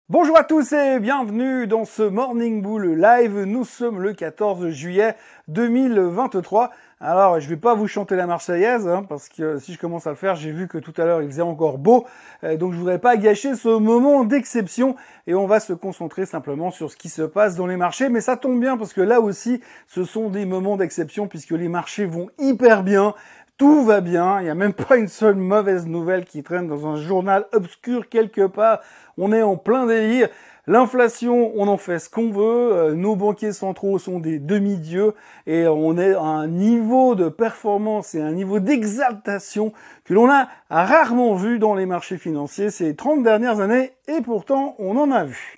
Bonjour à tous et bienvenue dans ce Morning Bull Live. Nous sommes le 14 juillet 2023. Alors, je vais pas vous chanter la Marseillaise, parce que si je commence à le faire, j'ai vu que tout à l'heure il faisait encore beau. Donc je voudrais pas gâcher ce moment d'exception et on va se concentrer simplement sur ce qui se passe dans les marchés. Mais ça tombe bien parce que là aussi, ce sont des moments d'exception puisque les marchés vont hyper bien. Tout va bien, il n'y a même pas une seule mauvaise nouvelle qui traîne dans un journal obscur quelque part. On est en plein délire. L'inflation, on en fait ce qu'on veut. Nos banquiers centraux sont des demi-dieux et on est à un niveau de performance et un niveau d'exaltation que l'on a rarement vu dans les marchés financiers ces 30 dernières années et pourtant on en a vu.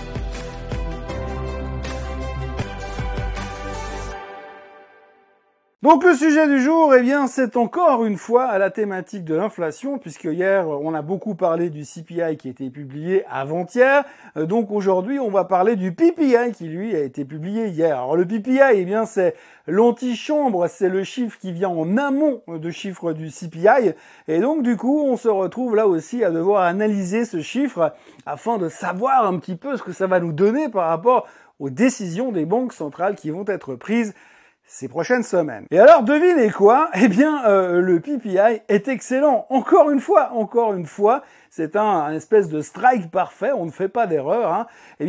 Donc le sujet du jour, c'est encore une fois à la thématique de l'inflation, puisque hier, on a beaucoup parlé du CPI qui a été publié avant-hier. Donc aujourd'hui, on va parler du PPI qui, lui, a été publié hier. Alors le PPI, c'est l'antichambre, c'est le chiffre qui vient en amont de chiffre du CPI. Et donc du coup, on se retrouve là aussi à devoir analyser ce chiffre afin de savoir un petit peu ce que ça va nous donner par rapport aux décisions des banques centrales qui vont être prises ces prochaines semaines. Et alors, devinez quoi? Le PPI est excellent. Encore une fois, c'est un espèce de strike parfait. On ne fait pas d'erreur.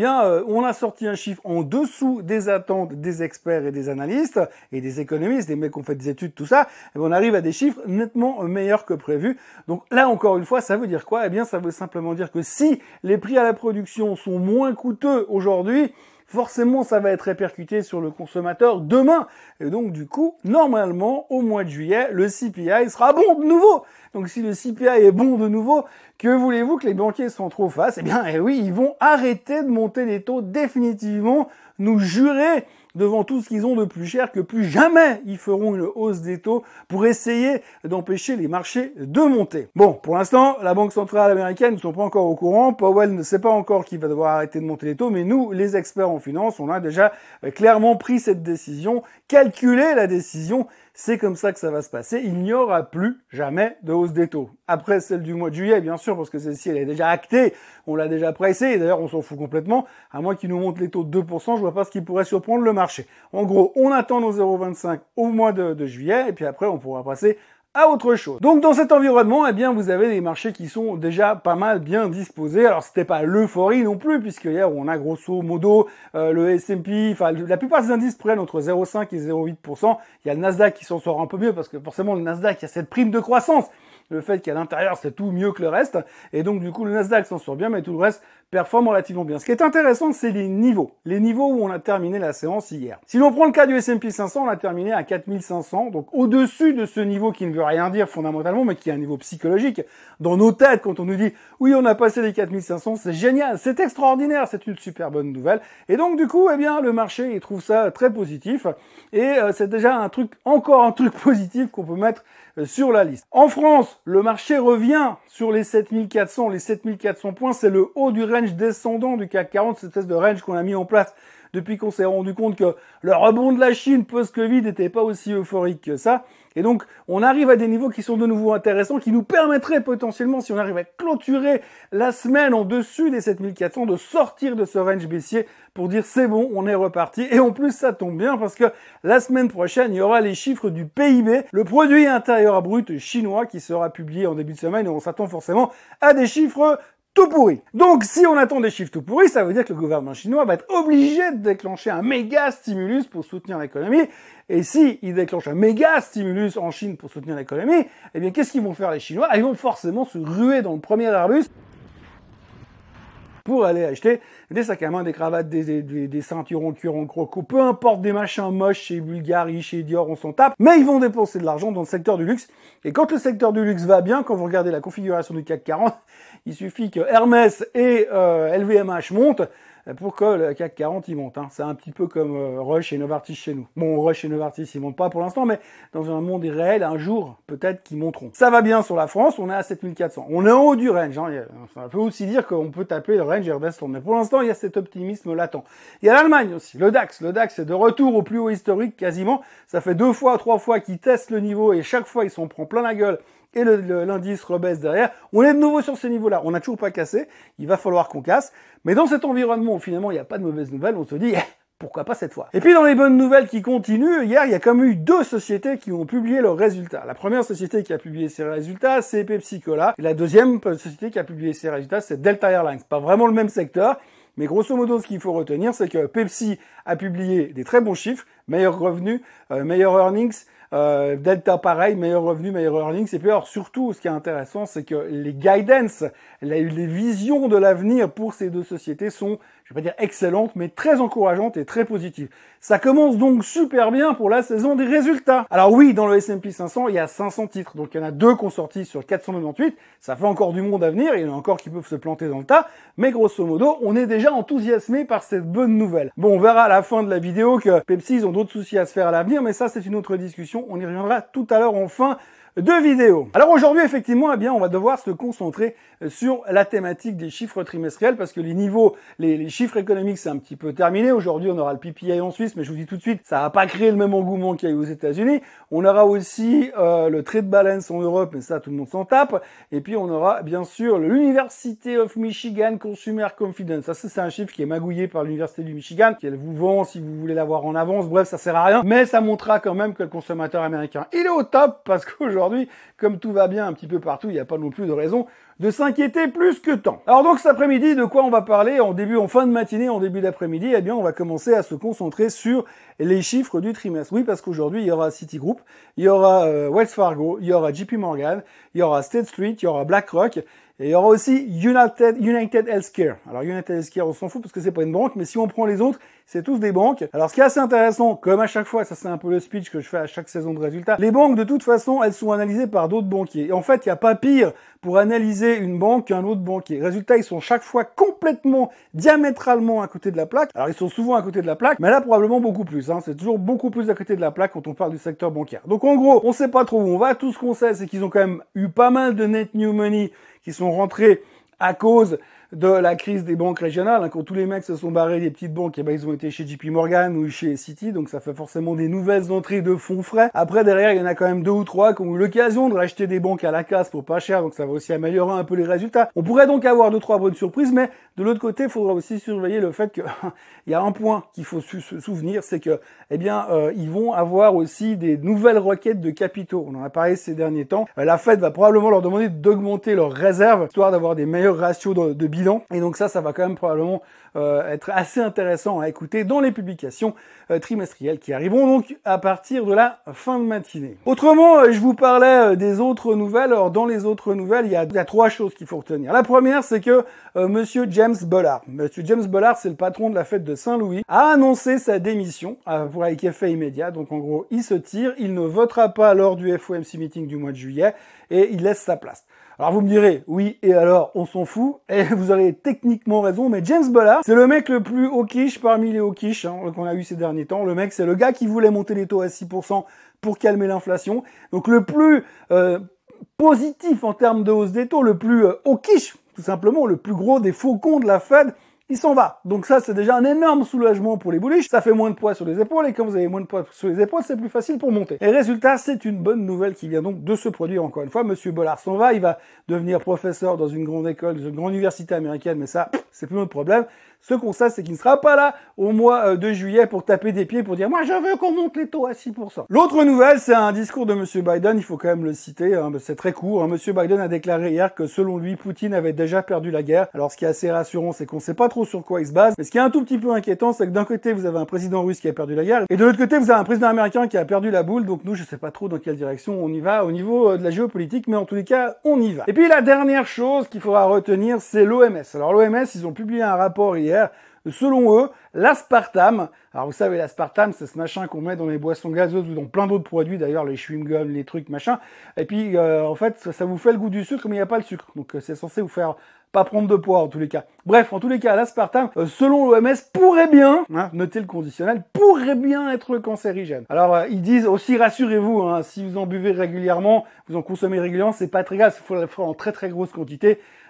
On a sorti un chiffre en dessous des attentes des experts et des analystes et des économistes, des mecs qui ont fait des études, tout ça. Et on arrive à des chiffres nettement meilleurs que prévu. Donc là, encore une fois, ça veut dire quoi? Ça veut simplement dire que si les prix à la production sont moins coûteux aujourd'hui, forcément, ça va être répercuté sur le consommateur demain. Et donc, du coup, normalement, au mois de juillet, le CPI sera bon de nouveau. Donc, si le CPI est bon de nouveau, que voulez-vous que les banquiers centraux fassent? Oui, ils vont arrêter de monter les taux définitivement, nous jurer devant tout ce qu'ils ont de plus cher que plus jamais ils feront une hausse des taux pour essayer d'empêcher les marchés de monter. Bon, pour l'instant, la Banque centrale américaine ne sont pas encore au courant. Powell ne sait pas encore qu'il va devoir arrêter de monter les taux, mais nous, les experts en finance, on a déjà clairement pris cette décision, calculé la décision. C'est comme ça que ça va se passer. Il n'y aura plus jamais de hausse des taux. Après celle du mois de juillet, bien sûr, parce que celle-ci, elle est déjà actée. On l'a déjà pressée. Et d'ailleurs, on s'en fout complètement. À moins qu'ils nous montent les taux de 2%, je vois pas ce qui pourrait surprendre le marché. En gros, on attend nos 0,25 au mois de juillet. Et puis après, on pourra passer à autre chose. Donc dans cet environnement, vous avez des marchés qui sont déjà pas mal bien disposés. Alors c'était pas l'euphorie non plus, puisque hier on a grosso modo le S&P, la plupart des indices prennent entre 0,5 et 0,8%. Il y a le Nasdaq qui s'en sort un peu mieux, parce que forcément le Nasdaq, il y a cette prime de croissance. Le fait qu'à l'intérieur, c'est tout mieux que le reste. Et donc, du coup, le Nasdaq s'en sort bien, mais tout le reste performe relativement bien. Ce qui est intéressant, c'est les niveaux. Les niveaux où on a terminé la séance hier. Si l'on prend le cas du S&P 500, on a terminé à 4500. Donc, au-dessus de ce niveau qui ne veut rien dire fondamentalement, mais qui est un niveau psychologique. Dans nos têtes, quand on nous dit, oui, on a passé les 4500, c'est génial, c'est extraordinaire, c'est une super bonne nouvelle. Et donc, du coup, le marché, il trouve ça très positif. Et c'est déjà encore un truc positif qu'on peut mettre sur la liste. En France, le marché revient sur les 7400. Les 7400 points, c'est le haut du range descendant du CAC 40, cette espèce de range qu'on a mis en place depuis qu'on s'est rendu compte que le rebond de la Chine post-Covid n'était pas aussi euphorique que ça. Et donc, on arrive à des niveaux qui sont de nouveau intéressants, qui nous permettraient potentiellement, si on arrive à clôturer la semaine en dessus des 7400, de sortir de ce range baissier pour dire c'est bon, on est reparti. Et en plus, ça tombe bien parce que la semaine prochaine, il y aura les chiffres du PIB, le produit intérieur brut chinois, qui sera publié en début de semaine, et on s'attend forcément à des chiffres tout pourri. Donc, si on attend des chiffres tout pourris, ça veut dire que le gouvernement chinois va être obligé de déclencher un méga stimulus pour soutenir l'économie. Et si il déclenche un méga stimulus en Chine pour soutenir l'économie, qu'est-ce qu'ils vont faire les Chinois? Ils vont forcément se ruer dans le premier Airbus pour aller acheter des sacs à main, des cravates, des ceintures en cuir en croco, peu importe, des machins moches chez Bulgari, chez Dior, on s'en tape, mais ils vont dépenser de l'argent dans le secteur du luxe. Et quand le secteur du luxe va bien, quand vous regardez la configuration du CAC 40, il suffit que Hermès et LVMH montent pour que le CAC 40 il monte. C'est un petit peu comme Rush et Novartis chez nous. Bon, Rush et Novartis ils montent pas pour l'instant, mais dans un monde irréel, un jour, peut-être qu'ils monteront. Ça va bien sur la France, on est à 7400. On est en haut du range. Ça veut aussi dire qu'on peut taper le range et redescendre. Mais pour l'instant, il y a cet optimisme latent. Il y a l'Allemagne aussi, le DAX. Le DAX est de retour au plus haut historique quasiment. Ça fait 2 fois, 3 fois qu'ils testent le niveau et chaque fois, ils s'en prend plein la gueule et l'indice rebaisse derrière. On est de nouveau sur ces niveaux-là. On n'a toujours pas cassé. Il va falloir qu'on casse. Mais dans cet environnement où finalement il n'y a pas de mauvaises nouvelles, on se dit pourquoi pas cette fois. Et puis dans les bonnes nouvelles qui continuent, hier il y a quand même eu 2 sociétés qui ont publié leurs résultats. La première société qui a publié ses résultats, c'est Pepsi Cola. Et la deuxième société qui a publié ses résultats, c'est Delta Airlines. Pas vraiment le même secteur. Mais grosso modo, ce qu'il faut retenir, c'est que Pepsi a publié des très bons chiffres, meilleurs revenus, meilleurs earnings, Delta pareil, meilleurs revenus, meilleurs earnings. Et puis alors surtout, ce qui est intéressant, c'est que les guidance, les visions de l'avenir pour ces 2 sociétés sont, je vais pas dire excellentes, mais très encourageantes et très positives. Ça commence donc super bien pour la saison des résultats. Alors oui, dans le S&P 500, il y a 500 titres, donc il y en a 2 qui ont sorti sur 498. Ça fait encore du monde à venir, il y en a encore qui peuvent se planter dans le tas, mais grosso modo, on est déjà enthousiasmé par cette bonne nouvelle. Bon, on verra à la fin de la vidéo que Pepsi, ils ont d'autres soucis à se faire à l'avenir, mais ça, c'est une autre discussion. On y reviendra tout à l'heure en fin de vidéo. Alors aujourd'hui, effectivement, eh bien, on va devoir se concentrer sur la thématique des chiffres trimestriels parce que les niveaux, les chiffres économiques, c'est un petit peu terminé. Aujourd'hui, on aura le PPI en Suisse, mais je vous dis tout de suite, ça va pas créer le même engouement qu'il y a eu aux États-Unis. On aura aussi le trade balance en Europe, mais ça, tout le monde s'en tape. Et puis, on aura bien sûr l'University of Michigan Consumer Confidence. Ça, c'est un chiffre qui est magouillé par l'Université du Michigan, qu'elle vous vend si vous voulez l'avoir en avance. Bref, ça sert à rien, mais ça montrera quand même que le consommateur américain, il est au top parce qu'aujourd'hui, comme tout va bien un petit peu partout, il n'y a pas non plus de raison de s'inquiéter plus que tant. Alors donc cet après-midi, de quoi on va parler en fin de matinée, en début d'après-midi? Eh bien, on va commencer à se concentrer sur les chiffres du trimestre. Oui, parce qu'aujourd'hui, il y aura Citigroup, il y aura Wells Fargo, il y aura JP Morgan, il y aura State Street, il y aura BlackRock, et il y aura aussi United Healthcare. Alors United Healthcare, on s'en fout parce que c'est pas une banque, mais si on prend les autres, c'est tous des banques. Alors ce qui est assez intéressant, comme à chaque fois, ça c'est un peu le speech que je fais à chaque saison de résultats, les banques de toute façon, elles sont analysées par d'autres banquiers. Et en fait, il n'y a pas pire pour analyser une banque qu'un autre banquier. Résultat, ils sont chaque fois complètement, diamétralement à côté de la plaque. Alors ils sont souvent à côté de la plaque, mais là probablement beaucoup plus. C'est toujours beaucoup plus à côté de la plaque quand on parle du secteur bancaire. Donc en gros, on sait pas trop où on va. Tout ce qu'on sait, c'est qu'ils ont quand même eu pas mal de net new money qui sont rentrés à cause de la crise des banques régionales. Quand tous les mecs se sont barrés des petites banques, eh ben, ils ont été chez JP Morgan ou chez Citi, donc ça fait forcément des nouvelles entrées de fonds frais. Après, derrière, il y en a quand même 2 ou 3 qui ont eu l'occasion de racheter des banques à la casse pour pas cher, donc ça va aussi améliorer un peu les résultats. On pourrait donc avoir 2-3 bonnes surprises, mais de l'autre côté, il faudra aussi surveiller le fait que il y a un point qu'il faut se souvenir, c'est que, eh bien, ils vont avoir aussi des nouvelles requêtes de capitaux. On en a parlé ces derniers temps. La Fed va probablement leur demander d'augmenter leurs réserves, histoire d'avoir des meilleurs ratios de bilan. Et donc ça va quand même probablement être assez intéressant à écouter dans les publications trimestrielles qui arriveront donc à partir de la fin de matinée. Autrement, je vous parlais des autres nouvelles. Alors dans les autres nouvelles, il y a 3 choses qu'il faut retenir. La première, c'est que Monsieur James Bullard, c'est le patron de la fête de Saint-Louis, a annoncé sa démission avec effet immédiat. Donc en gros, il se tire, il ne votera pas lors du FOMC meeting du mois de juillet et il laisse sa place. Alors vous me direz, oui, et alors, on s'en fout, et vous aurez techniquement raison, mais James Bullard, c'est le mec le plus hawkish parmi les hawkish qu'on a eu ces derniers temps. Le mec, c'est le gars qui voulait monter les taux à 6% pour calmer l'inflation. Donc le plus positif en termes de hausse des taux, le plus hawkish, tout simplement, le plus gros des faucons de la Fed, il s'en va. Donc ça, c'est déjà un énorme soulagement pour les bullish. Ça fait moins de poids sur les épaules, et quand vous avez moins de poids sur les épaules, c'est plus facile pour monter. Et résultat, c'est une bonne nouvelle qui vient donc de se produire encore une fois. Monsieur Bullard s'en va, il va devenir professeur dans une grande école, dans une grande université américaine, mais ça, c'est plus notre problème. Ce qu'on sait, c'est qu'il ne sera pas là au mois de juillet pour taper des pieds, pour dire « Moi, je veux qu'on monte les taux à 6%. » L'autre nouvelle, c'est un discours de Monsieur Biden, il faut quand même le citer, c'est très court. Monsieur Biden a déclaré hier que selon lui, Poutine avait déjà perdu la guerre. Alors ce qui est assez rassurant, c'est qu'on ne sait pas trop sur quoi il se base. Mais ce qui est un tout petit peu inquiétant, c'est que d'un côté, vous avez un président russe qui a perdu la guerre, et de l'autre côté, vous avez un président américain qui a perdu la boule. Donc nous, je ne sais pas trop dans quelle direction on y va au niveau de la géopolitique, mais en tous les cas, on y va. Et puis la dernière chose qu'il faudra retenir, c'est l'OMS. Alors l'OMS, ils ont publié un rapport hier. Selon eux, l'aspartame, alors vous savez, l'aspartame, c'est ce machin qu'on met dans les boissons gazeuses ou dans plein d'autres produits, d'ailleurs les chewing-gums, les trucs, machin, et puis en fait, ça vous fait le goût du sucre, mais il n'y a pas le sucre, donc c'est censé vous faire pas prendre de poids en tous les cas. Bref, en tous les cas, l'aspartame, selon l'OMS, pourrait bien, notez le conditionnel, pourrait bien être cancérigène. Alors ils disent aussi, rassurez-vous, si vous en buvez régulièrement, vous en consommez régulièrement, c'est pas très grave, il faut le faire en très très grosse quantité.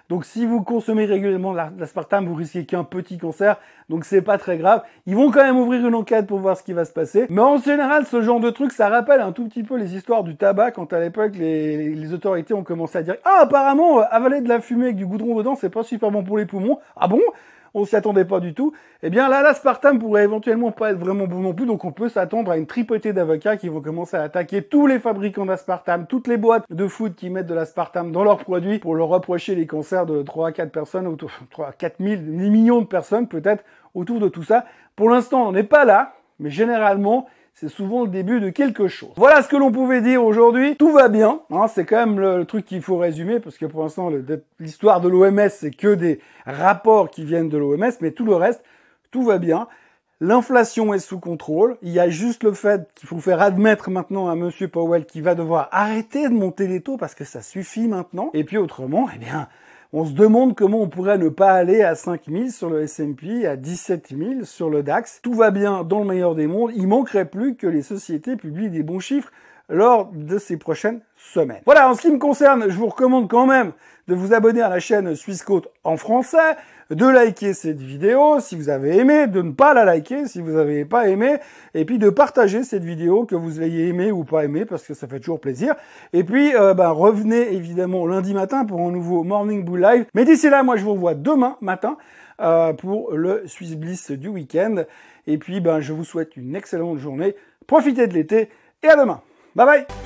Donc si vous consommez régulièrement de l'aspartame, vous risquez qu'un petit cancer. Donc c'est pas très grave. Ils vont quand même ouvrir une enquête pour voir ce qui va se passer. Mais en général, ce genre de truc, ça rappelle un tout petit peu les histoires du tabac quand à l'époque les autorités ont commencé à dire « Ah, apparemment, avaler de la fumée avec du goudron dedans, c'est pas super bon pour les poumons. » Ah bon? On s'y attendait pas du tout. Eh bien là, l'aspartame pourrait éventuellement pas être vraiment bon non plus, donc on peut s'attendre à une tripotée d'avocats qui vont commencer à attaquer tous les fabricants d'aspartame, toutes les boîtes de food qui mettent de l'aspartame dans leurs produits pour leur reprocher les cancers de 3 à 4 personnes, autour 3 à 4 000, des millions de personnes peut-être autour de tout ça. Pour l'instant, on n'est pas là, mais généralement, c'est souvent le début de quelque chose. Voilà ce que l'on pouvait dire aujourd'hui. Tout va bien, hein, c'est quand même le truc qu'il faut résumer, parce que pour l'instant, l'histoire de l'OMS, c'est que des rapports qui viennent de l'OMS, mais tout le reste, tout va bien. L'inflation est sous contrôle. Il y a juste le fait qu'il faut faire admettre maintenant à Monsieur Powell qu'il va devoir arrêter de monter les taux, parce que ça suffit maintenant. Et puis autrement, eh bien, on se demande comment on pourrait ne pas aller à 5000 sur le S&P, à 17000 sur le DAX. Tout va bien dans le meilleur des mondes. Il manquerait plus que les sociétés publient des bons chiffres lors de ces prochaines semaines. Voilà, en ce qui me concerne, je vous recommande quand même de vous abonner à la chaîne Swissquote en français, de liker cette vidéo si vous avez aimé, de ne pas la liker si vous n'avez pas aimé, et puis de partager cette vidéo, que vous l'ayez aimé ou pas aimé, parce que ça fait toujours plaisir. Et puis, revenez évidemment lundi matin pour un nouveau Morning Bull Live. Mais d'ici là, moi je vous revois demain matin pour le Swiss Bliss du week-end. Et puis, je vous souhaite une excellente journée. Profitez de l'été et à demain. Bye bye!